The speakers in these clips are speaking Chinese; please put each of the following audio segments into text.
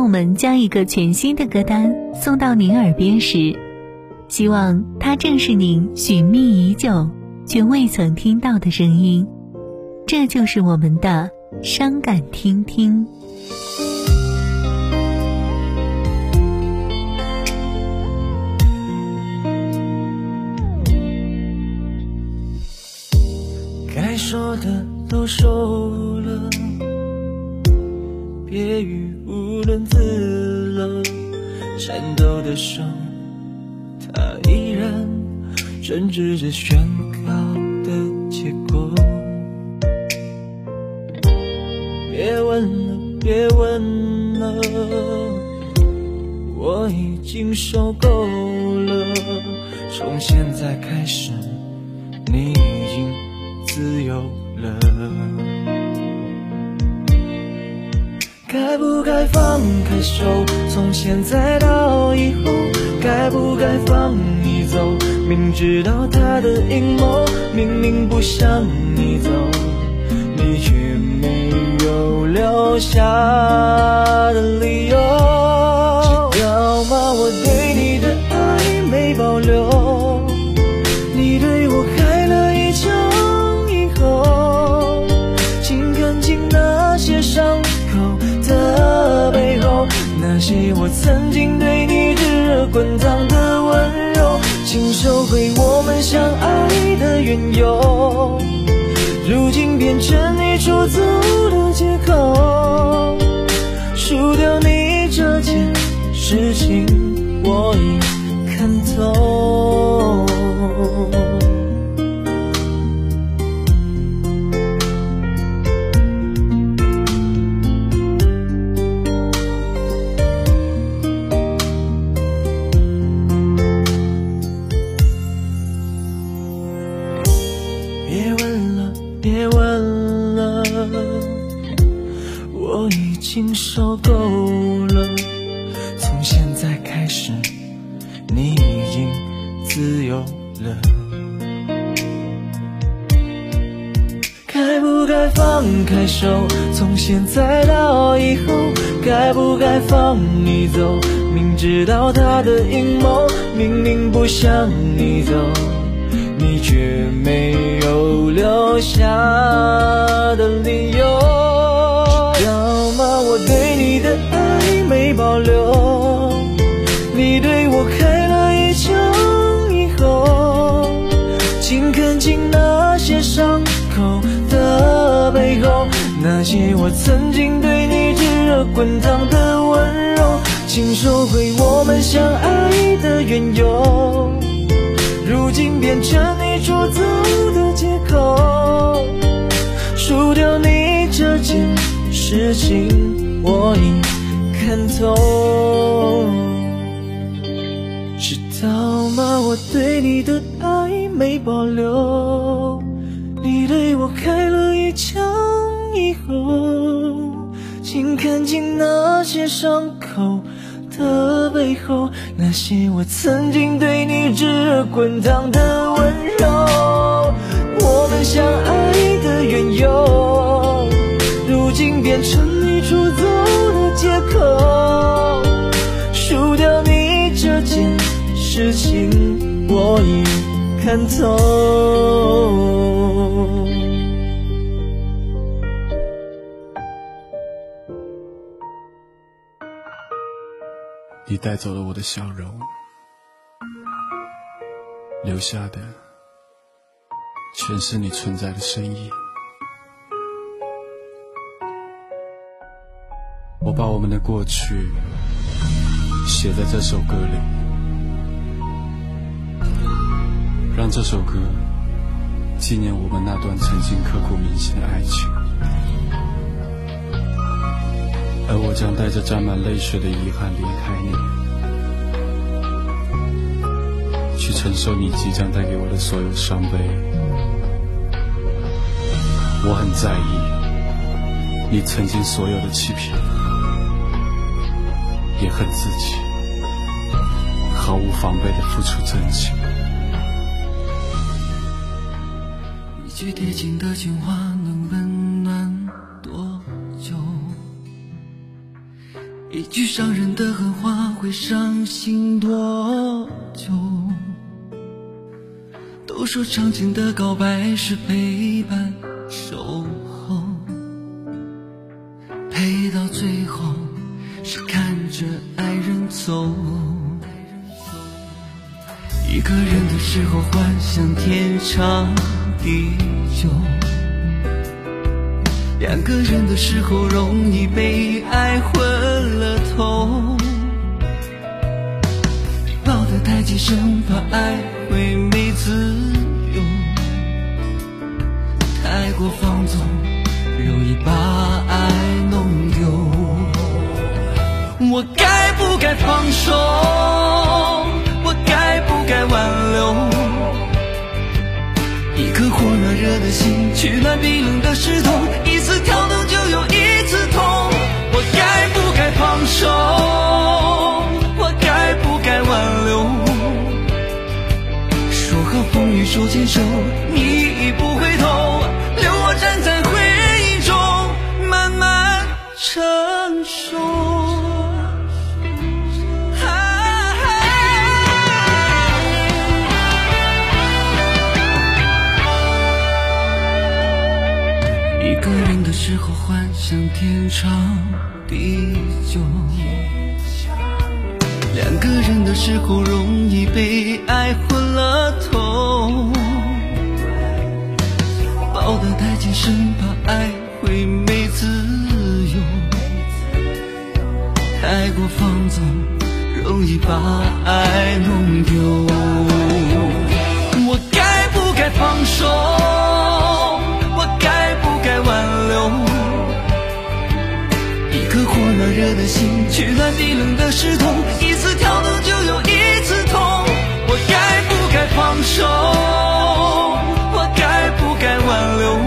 们将一个全新的歌单送到您耳边时，希望它正是您寻觅已久却未曾听到的声音。这就是我们的伤感听听。 该说的都说了，别语无伦次了，颤抖的手它依然针织着宣告的结果。别问了，别问了，我已经受够了。从现在开始，你已经自由了。该不该放开手？从现在到以后，该不该放你走？明知道他的阴谋，明明不想你走，你却没有留下的理由。知道吗？我对你的爱没保留，你对我开了一枪以后，请看清那些伤口的背后，那些我曾经对你炙热滚烫的温柔，请收回我们相爱的缘由，如今变成你出走的借口。输掉你这件事情我已看透。别问了，我已经受够了。从现在开始，你已经自由了。该不该放开手？从现在到以后，该不该放你走？明知道他的阴谋，明明不想你走，你却没有留下的理由。知道吗？我对你的爱没保留，你对我开了一枪以后，请看清那些伤口的背后，那些我曾经对你炙热滚烫的温柔，请收回我们相爱的缘由，如今变成你出走的借口。输掉你这件事情我已看透。知道吗？我对你的爱没保留，你对我开了一枪以后，请看清那些伤口的背后，那些我曾经对你炙热滚烫的温柔，我们相爱的缘由，如今变成你出走的借口。输掉你这件事情我已看透。 你带走了我的笑容，留下的全是你存在的身影。我把我们的过去写在这首歌里，让这首歌纪念我们那段曾经刻骨铭心的爱情。而我将带着沾满泪水的遗憾离开你，去承受你即将带给我的所有伤悲。我很在意你曾经所有的欺骗，也恨自己毫无防备地付出真情。 一句贴近的情话能温暖多久？ 一句伤人的狠话会伤心多久？都说长情的告白是陪伴守候，陪到最后是看着爱人走。一个人的时候幻想天长地久，两个人的时候容易被爱昏了头，抱得太紧生怕爱会没自由，太过放纵容易把爱弄丢。我该不该放手？我该不该挽留？一颗火热热的心取暖冰冷的石头，一次跳动就有一次痛。我该不该放手？我该不该挽留？说好风雨手牵手，你已不回头，留我站在回忆中慢慢成熟。一个人的时候幻想天长地久，两个人的时候容易被爱昏了头，抱得太紧生怕爱会没自由，太过放纵容易把爱弄丢。我该不该放手？我该不该挽留？一颗火热热的心取暖冰冷的石头，一次跳动就有一次痛。我该不该放手？我该不该挽留？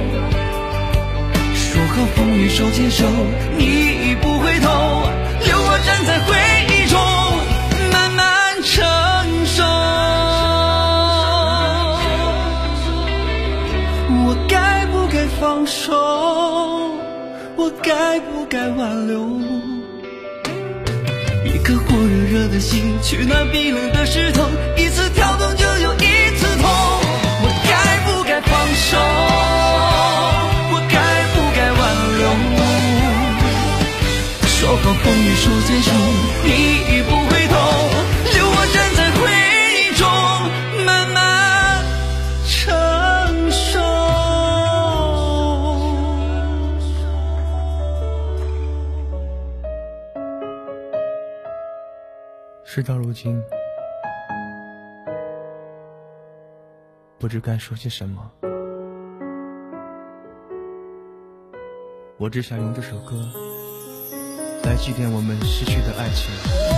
说好风雨手牵手，你已不回头，留我站在回忆中慢慢成熟。我该不该放手？我该不该挽留？一颗火热热的心取暖冰冷的石头，一次跳动就有一次痛。我该不该放手？我该不该挽留？说好风雨手牵手，你已不回头，留我站在回忆中慢慢成熟。 事到如今，不知该说些什么。我只想用这首歌来祭奠我们失去的爱情。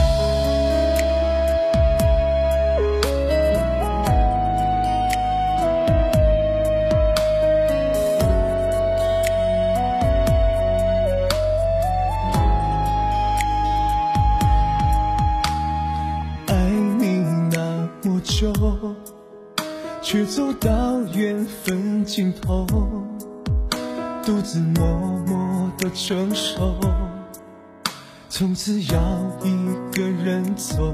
爱你那么久，却走到缘分尽头，独自默默地承受，从此要一个人走。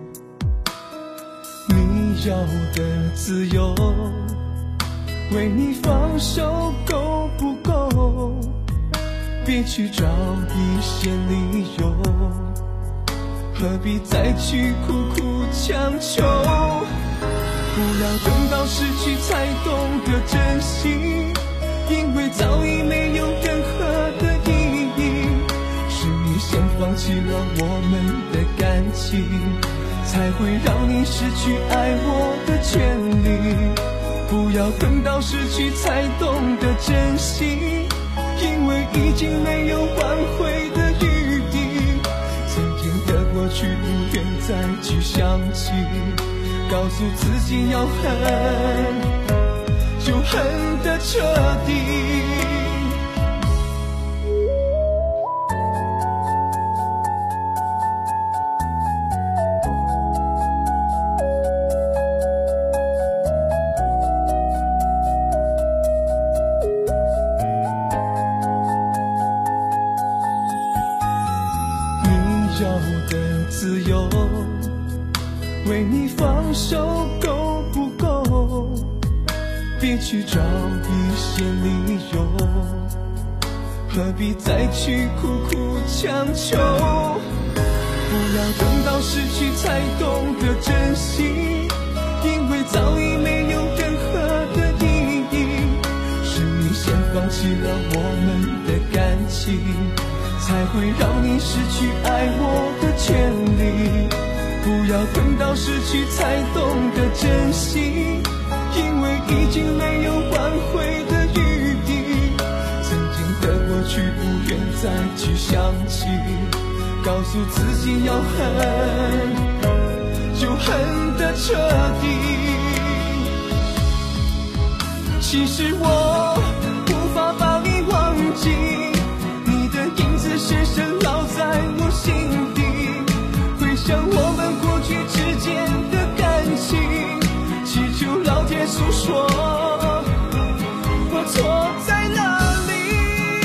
你要的自由，为你放手够不够？别去找一些理由，何必再去苦苦强求？不要等到失去才懂得珍惜，因为早已没有任何的意义。是你先放弃了我们的感情，才会让你失去爱我的权利。不要等到失去才懂得珍惜，因为已经没有挽回的余地。曾经的过去不愿再去想起，告诉自己要恨就恨得彻底。 要的自由，为你放手够不够？别去找一些理由，何必再去苦苦强求？不要等到失去才懂得珍惜，因为早已没有任何的意义。是你先放弃了我们的感情，才会让你失去爱我的权利。不要等到失去才懂得珍惜，因为已经没有挽回的余地。曾经的过去不愿再去想起，告诉自己要恨就恨得彻底。其实我无法把你忘记，你的影子深深烙在我心底。回想我们过去之间的感情，祈求老天诉说我错在哪里。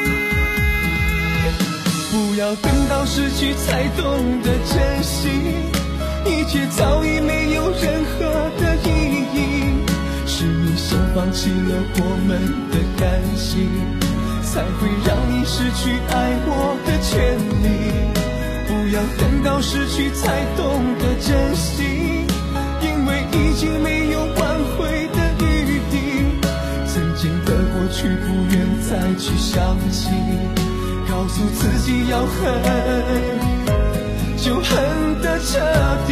不要等到失去才懂得珍惜，一切早已没有任何的意义。是你先放弃了我们的感情，才会让你失去爱我的权利。不要等到失去才懂得珍惜，因为已经没有挽回的余地。曾经的过去不愿再去想起，告诉自己要恨就恨得彻底。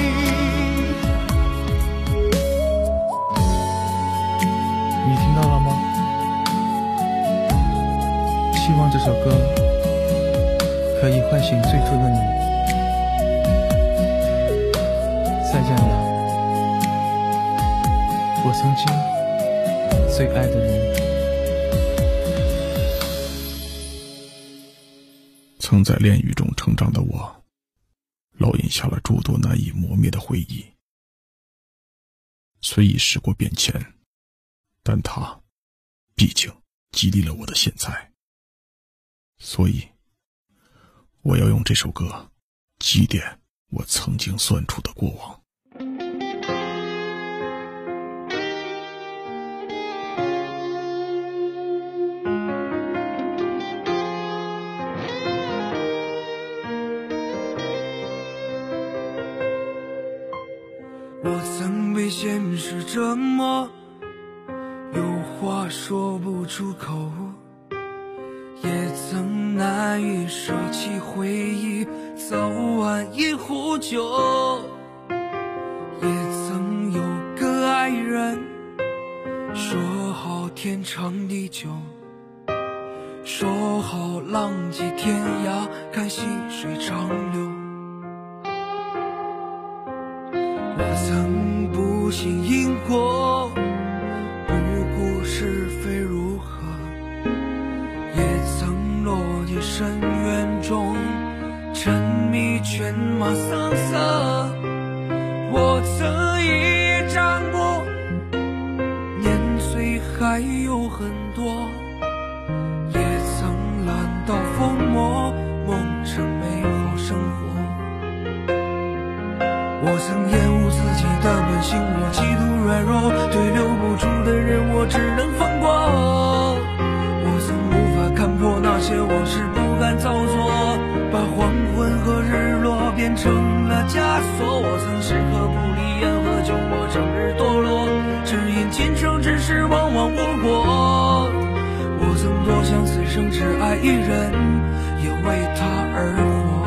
你听到了吗？希望这首歌可以唤醒最初的你。再见了，我曾经最爱的人。 曾在炼狱中成长的我，烙印下了诸多难以磨灭的回忆。虽已时过变迁，但它毕竟激励了我的现在。所以我要用这首歌祭奠我曾经酸楚的过往。 我曾被现实折磨，有话说不出口，也曾难以舍弃回忆，早晚一壶酒。也曾有个爱人，说好天长地久，说好浪迹天涯，看细水长流。我曾不信因果，不顾是非如何，也曾落进深渊中，沉迷犬马桑色。我曾一张过，年岁还有很多，也曾懒到疯魔，梦成美好生活。我曾厌恶自己的本性，我极度软弱，对留不住的人我只能放过。我曾无法看破那些往事，不敢造作，把黄昏和日落变成了枷锁。我曾时刻不离烟和酒，我整日堕落，只因今生之事往往无果。我曾多想此生只爱一人，也为他而活。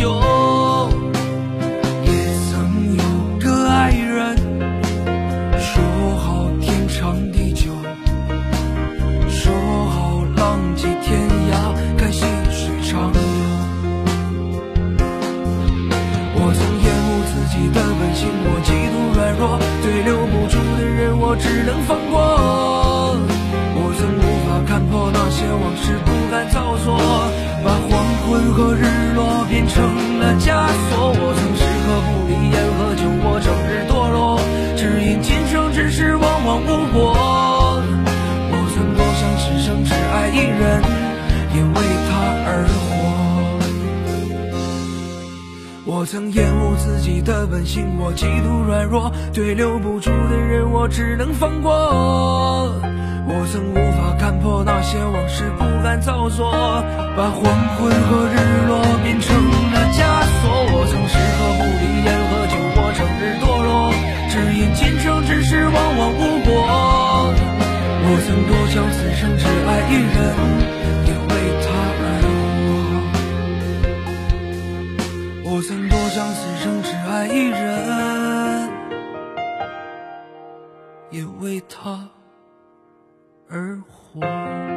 久，也曾有个爱人说好天长地久，说好浪迹天涯，看细水长流。我曾厌恶自己的本性，我极度软弱，对留不住的人我只能放过。我曾无法看破那些往事，不敢造作，把黄昏和日落变成了枷锁。我曾时刻不离烟和酒，我整日堕落，只因今生之事往往无果。我曾多想此生只爱一人，也为他而活。我曾厌恶自己的本性，我极度软弱，对留不住的人我只能放过。我曾无法看破那些往事，不敢造作，把黄昏和日落变成了枷锁。我曾时刻不离烟和酒，我整日堕落，只因今生之事往往无果。我曾多想此生只爱一人，也为他而活。我曾多想此生只爱一人，也为他而活。